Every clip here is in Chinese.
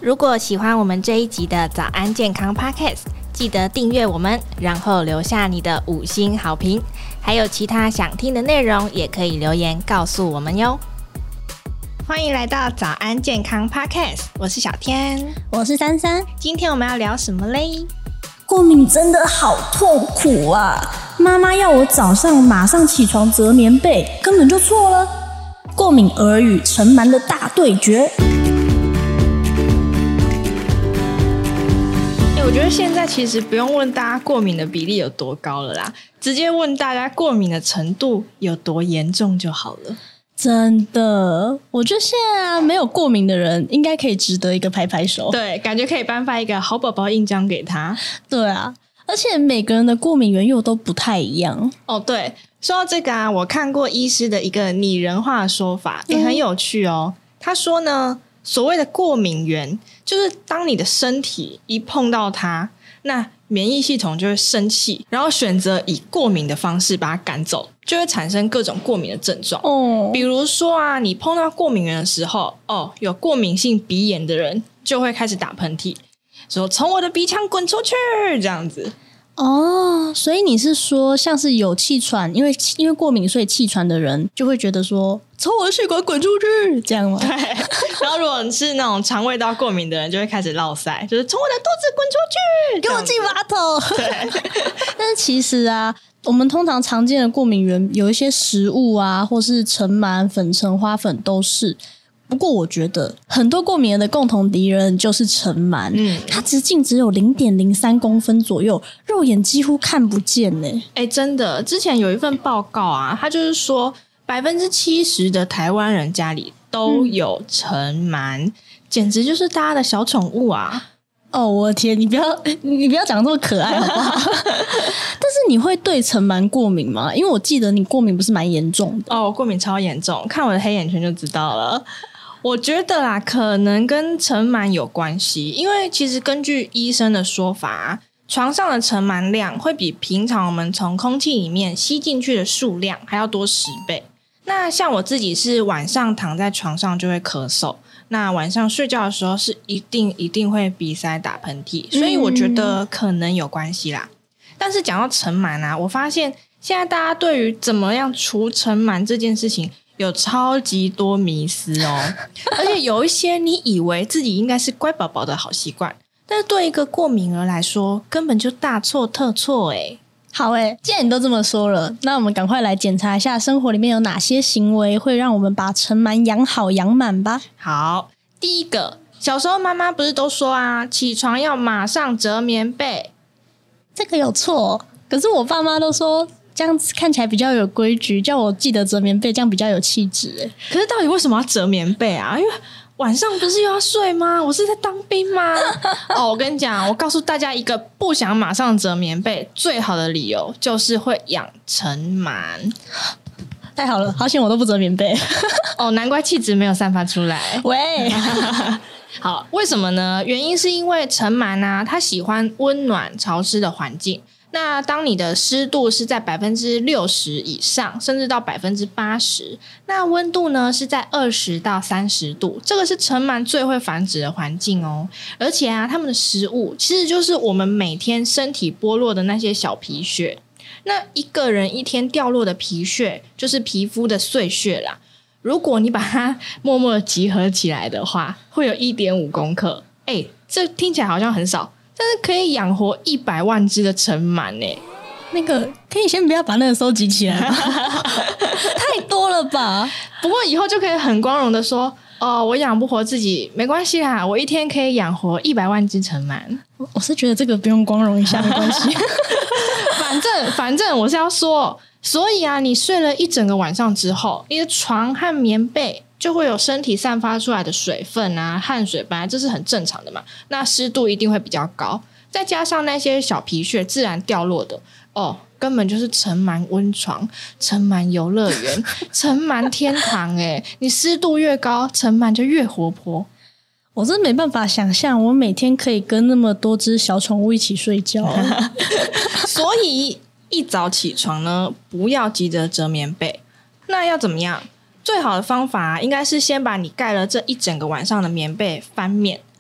如果喜欢我们这一集的早安健康 Podcast， 记得订阅我们，然后留下你的5星好评。还有其他想听的内容，也可以留言告诉我们哟。欢迎来到早安健康 Podcast， 我是小天， 我是珊珊。 今天我们要聊什么嘞？ 过敏真的好痛苦啊！妈妈要我早上马上起床折棉被，根本就错了。过敏儿与尘螨的大对决。 我觉得现在其实不用问大家过敏的比例有多高了啦，直接问大家过敏的程度有多严重就好了。 真的，我觉得现在没有过敏的人应该可以值得一个拍拍手。 对，感觉可以颁发一个好宝宝印章给他。 对啊，而且每个人的过敏原又都不太一样。 哦，对，说到这个啊，我看过医师的一个拟人化的说法，也很有趣哦。他说呢，所谓的过敏源就是当你的身体一碰到它，那免疫系统就会生气，然后选择以过敏的方式把它赶走，就会产生各种过敏的症状。比如说啊，你碰到过敏源的时候，有过敏性鼻炎的人就会开始打喷嚏，说从我的鼻腔滚出去这样子。 所以你是说像是有气喘，因为过敏所以气喘的人就会觉得说从我的血管滚出去这样吗？ 对。然后如果是那种肠胃道过敏的人就会开始落腮，就是从我的肚子滚出去， 给我进马桶。 对。 但是其实啊，我们通常常见的过敏源有一些食物啊，或是尘螨、粉尘、花粉都是。不过我觉得很多过敏源的共同敌人就是尘螨，它直径只有 0.03 公分左右，肉眼几乎看不见耶。 真的，之前有一份报告啊，它就是说 70% 的台湾人家里都有尘螨，简直就是大家的小宠物啊。 我的天，你不要讲这么可爱好不好？但是你会对尘螨过敏吗？因为我记得你过敏不是蛮严重的。 我过敏超严重，看我的黑眼圈就知道了。我觉得啦，可能跟尘螨有关系，因为其实根据医生的说法，床上的尘螨量会比平常我们从空气里面吸进去的数量还要多10倍。那像我自己是晚上躺在床上就会咳嗽，那晚上睡觉的时候是一定会鼻塞打喷嚏，所以我觉得可能有关系啦。但是讲到尘螨啊，我发现现在大家对于怎么样除尘螨这件事情有超级多迷思哦。而且有一些你以为自己应该是乖宝宝的好习惯，但是对一个过敏儿来说根本就大错特错耶。 好既然你都这么说了，那我们赶快来检查一下生活里面有哪些行为会让我们把尘螨养好养满吧。 好，第一个，小时候妈妈不是都说啊，起床要马上折棉被？ 这个有错，可是我爸妈都说这样子看起来比较有规矩，叫我记得折棉被，这样比较有气质。 可是到底为什么要折棉被啊？因为晚上不是又要睡吗？我是在当兵吗？我跟你讲，我告诉大家一个不想马上折棉被最好的理由，就是会养尘螨。 太好了，好险我都不折棉被。 难怪气质没有散发出来。 喂。 好，为什么呢？原因是因为尘螨啊，它喜欢温暖潮湿的环境。那当你的湿度是在 60% 以上，甚至到 80%， 那温度呢是在20到30度，这个是尘螨最会繁殖的环境哦。而且啊，它们的食物其实就是我们每天身体剥落的那些小皮屑。那一个人一天掉落的皮屑就是皮肤的碎屑啦，如果你把它默默的集合起来的话，会有 1.5 公克。这听起来好像很少，但是可以养活100万只的尘螨耶。 那个可以先不要把那个收集起来吗？太多了吧。 不过以后就可以很光荣的说，我养不活自己没关系啦，我一天可以养活100万只尘螨。 我是觉得这个不用光荣一下没关系。 反正我是要说，所以啊，你睡了一整个晚上之后，你的床和棉被就会有身体散发出来的水分啊、汗水，本来这是很正常的嘛。那湿度一定会比较高，再加上那些小皮屑自然掉落的，根本就是尘螨温床、尘螨游乐园、尘螨天堂你湿度越高，尘螨就越活泼。 我真没办法想象我每天可以跟那么多只小宠物一起睡觉。 所以一早起床呢，不要急着折棉被。那要怎么样？最好的方法应该是先把你盖了这一整个晚上的棉被翻面，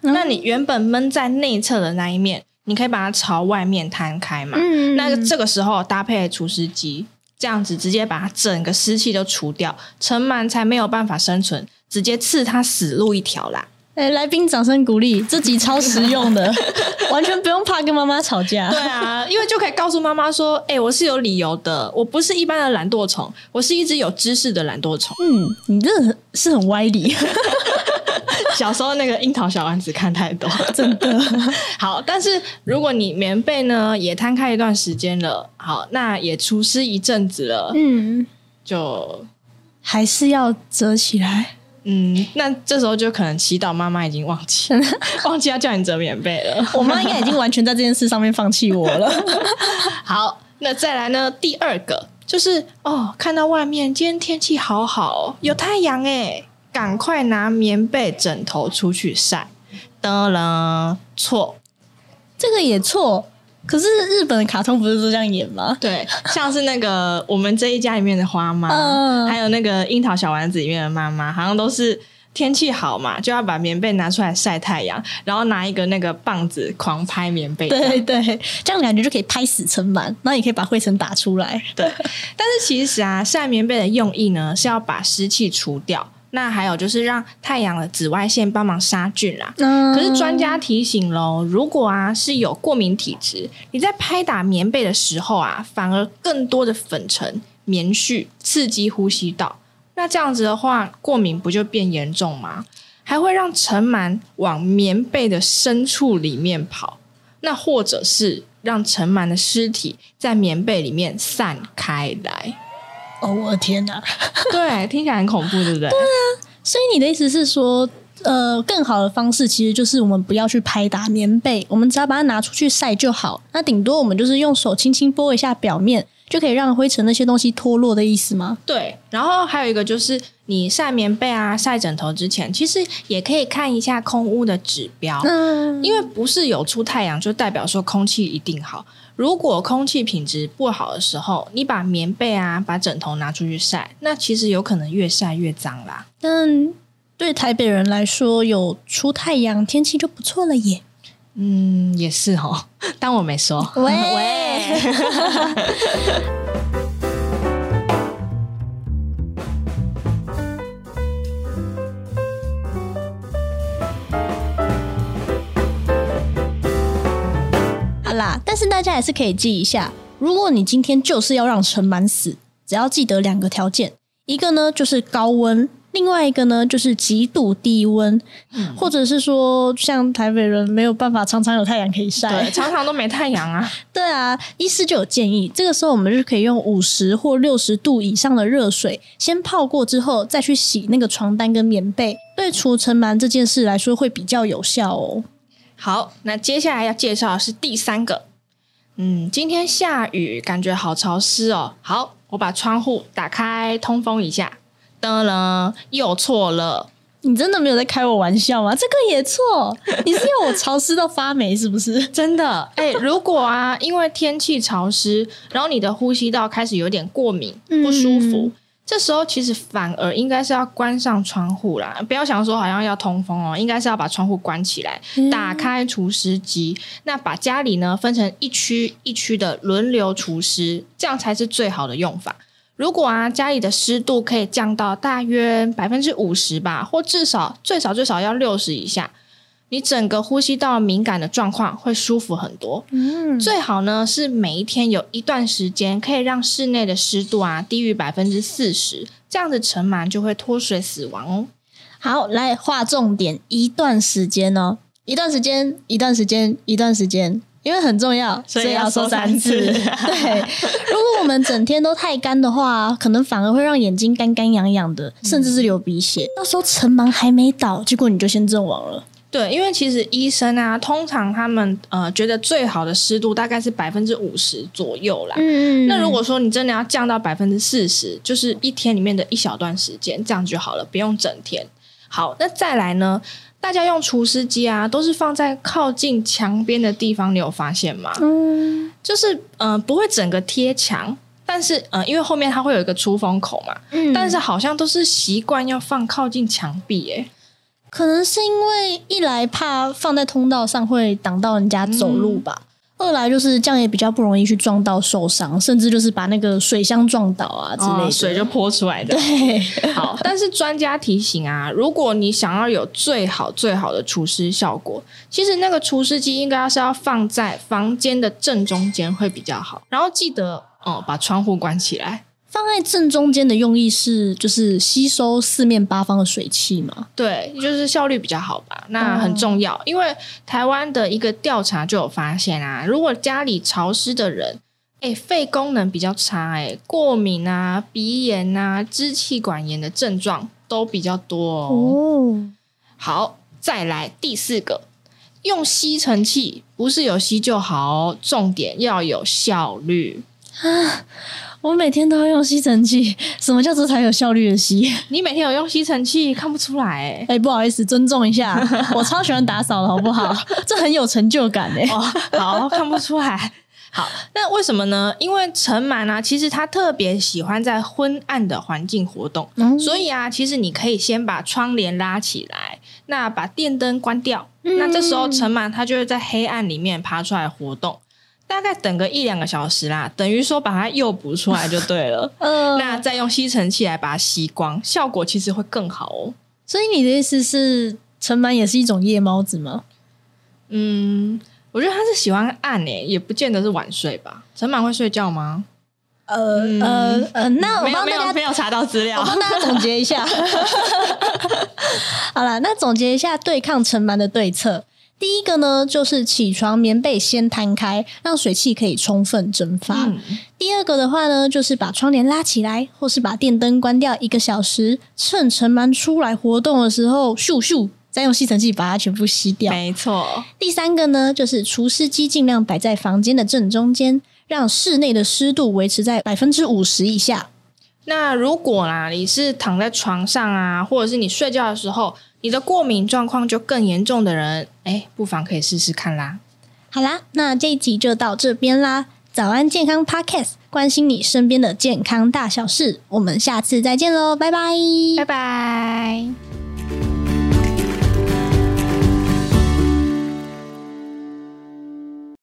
那你原本闷在内侧的那一面，你可以把它朝外面摊开嘛。那这个时候搭配除湿机，这样子直接把它整个湿气都除掉，尘螨才没有办法生存，直接刺它死路一条啦。 来宾掌声鼓励，这集超实用的完全不用怕跟妈妈吵架。 对啊，因为就可以告诉妈妈说我是有理由的，我不是一般的懒惰虫，我是一只有知识的懒惰虫。 你真的是很歪理小时候那个樱桃小丸子看太多真的。 好，但是如果你棉被呢也摊开一段时间了，好，那也除湿一阵子了，就还是要折起来。 那这时候就可能祈祷妈妈已经忘记要叫你折棉被了。 我妈应该已经完全在这件事上面放弃我了好，那再来呢，第二个就是看到外面今天天气好好，有太阳赶快拿棉被枕头出去晒。得了，错， 这个也错。可是日本的卡通不是都这样演吗？ 对，像是那个我们这一家里面的花妈还有那个樱桃小丸子里面的妈妈，好像都是天气好嘛，就要把棉被拿出来晒太阳，然后拿一个那个棒子狂拍棉被。 对对，这样感觉就可以拍死尘螨，然后也可以把灰尘打出来。 对，但是其实晒棉被的用意呢，是要把湿气除掉，那还有就是让太阳的紫外线帮忙杀菌啦。可是专家提醒咯，如果是有过敏体质，你在拍打棉被的时候反而更多的粉尘、棉絮刺激呼吸道，那这样子的话，过敏不就变严重吗？还会让尘螨往棉被的深处里面跑，那或者是让尘螨的尸体在棉被里面散开来。 我的天哪对，听起来很恐怖，对不对？对啊，所以你的意思是说更好的方式其实就是我们不要去拍打棉被，我们只要把它拿出去晒就好，那顶多我们就是用手轻轻拨一下表面，就可以让灰尘那些东西脱落的意思吗？ 对，然后还有一个就是你晒棉被晒枕头之前，其实也可以看一下空污的指标，因为不是有出太阳就代表说空气一定好。如果空气品质不好的时候，你把棉被把枕头拿出去晒，那其实有可能越晒越脏啦。 但对台北人来说，有出太阳天气就不错了耶。 也是当我没说。喂但是大家还是可以记一下，如果你今天就是要让尘螨死，只要记得2个条件，一个呢就是高温，另外一个呢就是极度低温，或者是说像台北人没有办法常常有太阳可以晒， 对，常常都没太阳啊。 对啊，医师就有建议，这个时候我们就可以用50或60度以上的热水先泡过之后再去洗那个床单跟棉被，对除尘螨这件事来说会比较有效哦。 好，那接下来要介绍的是第3个。今天下雨，感觉好潮湿哦。好，我把窗户打开通风一下。得了，又错了。 你真的没有在开我玩笑吗？这个也错，你是要我潮湿到发霉是不是？ 真的如果因为天气潮湿，然后你的呼吸道开始有点过敏不舒服，这时候其实反而应该是要关上窗户啦，不要想说好像要通风应该是要把窗户关起来，打开除湿机，那把家里呢分成一区一区的轮流除湿，这样才是最好的用法。如果家里的湿度可以降到大约 50% 吧，或至少最少要60以下，你整个呼吸道敏感的状况会舒服很多。最好呢是每一天有一段时间可以让室内的湿度低于 40%， 这样子尘螨就会脱水死亡哦。 好，来划重点，一段时间哦，一段时间，因为很重要，所以要说3次。对，如果我们整天都太干的话，可能反而会让眼睛干干痒痒的，甚至是流鼻血。到时候尘螨还没倒，结果你就先阵亡了。 对，因为其实医生通常他们觉得最好的湿度大概是 50% 左右啦。那如果说你真的要降到 40%， 就是一天里面的一小段时间，这样就好了，不用整天。好，那再来呢，大家用除湿机都是放在靠近墙边的地方，你有发现吗？就是不会整个贴墙，但是因为后面它会有一个出风口嘛，但是好像都是习惯要放靠近墙壁可能是因为一来怕放在通道上会挡到人家走路吧，二来就是这样也比较不容易去撞到受伤，甚至就是把那个水箱撞倒啊之类的， 水就泼出来的。 对， 好，但是专家提醒啊，如果你想要有最好的除湿效果，其实那个除湿机应该是要放在房间的正中间会比较好，然后记得把窗户关起来。 放在正中间的用意是就是吸收四面八方的水汽嘛？ 对，就是效率比较好吧。那很重要，因为台湾的一个调查就有发现啊，如果家里潮湿的人，肺功能比较差，过敏啊、鼻炎啊、支气管炎的症状都比较多哦。好，再来第四个，用吸尘器不是有吸就好，重点要有效率啊。我每天都要用吸尘器，什么叫做才有效率的吸？ 你每天有用吸尘器，看不出来不好意思，尊重一下，我超喜欢打扫的好不好？这很有成就感好，看不出来。好，那为什么呢？因为尘螨啊，其实它特别喜欢在昏暗的环境活动，所以啊，其实你可以先把窗帘拉起来，那把电灯关掉，那这时候尘螨它就会在黑暗里面爬出来活动。大概等个1-2个小时啦，等于说把它诱捕出来就对了。那再用吸尘器来把它吸光，效果其实会更好哦。 所以你的意思是尘螨也是一种夜猫子吗？ 我觉得它是喜欢暗也不见得是晚睡吧。尘螨会睡觉吗？ 那我帮大家没有查到资料， 我帮大家总结一下。好啦，那总结一下对抗尘螨的对策。第一个呢，就是起床棉被先摊开，让水汽可以充分蒸发。第二个的话呢，就是把窗帘拉起来，或是把电灯关掉1个小时，趁尘螨出来活动的时候，咻咻，再用吸尘器把它全部吸掉。 没错。 第三个呢，就是除湿机尽量摆在房间的正中间，让室内的湿度维持在50%以下。 那如果啦，你是躺在床上啊，或者是你睡觉的时候，你的过敏状况就更严重的人，不妨可以试试看啦。 好啦，那这一集就到这边啦。早安健康 Podcast， 关心你身边的健康大小事，我们下次再见咯，拜拜， 拜拜。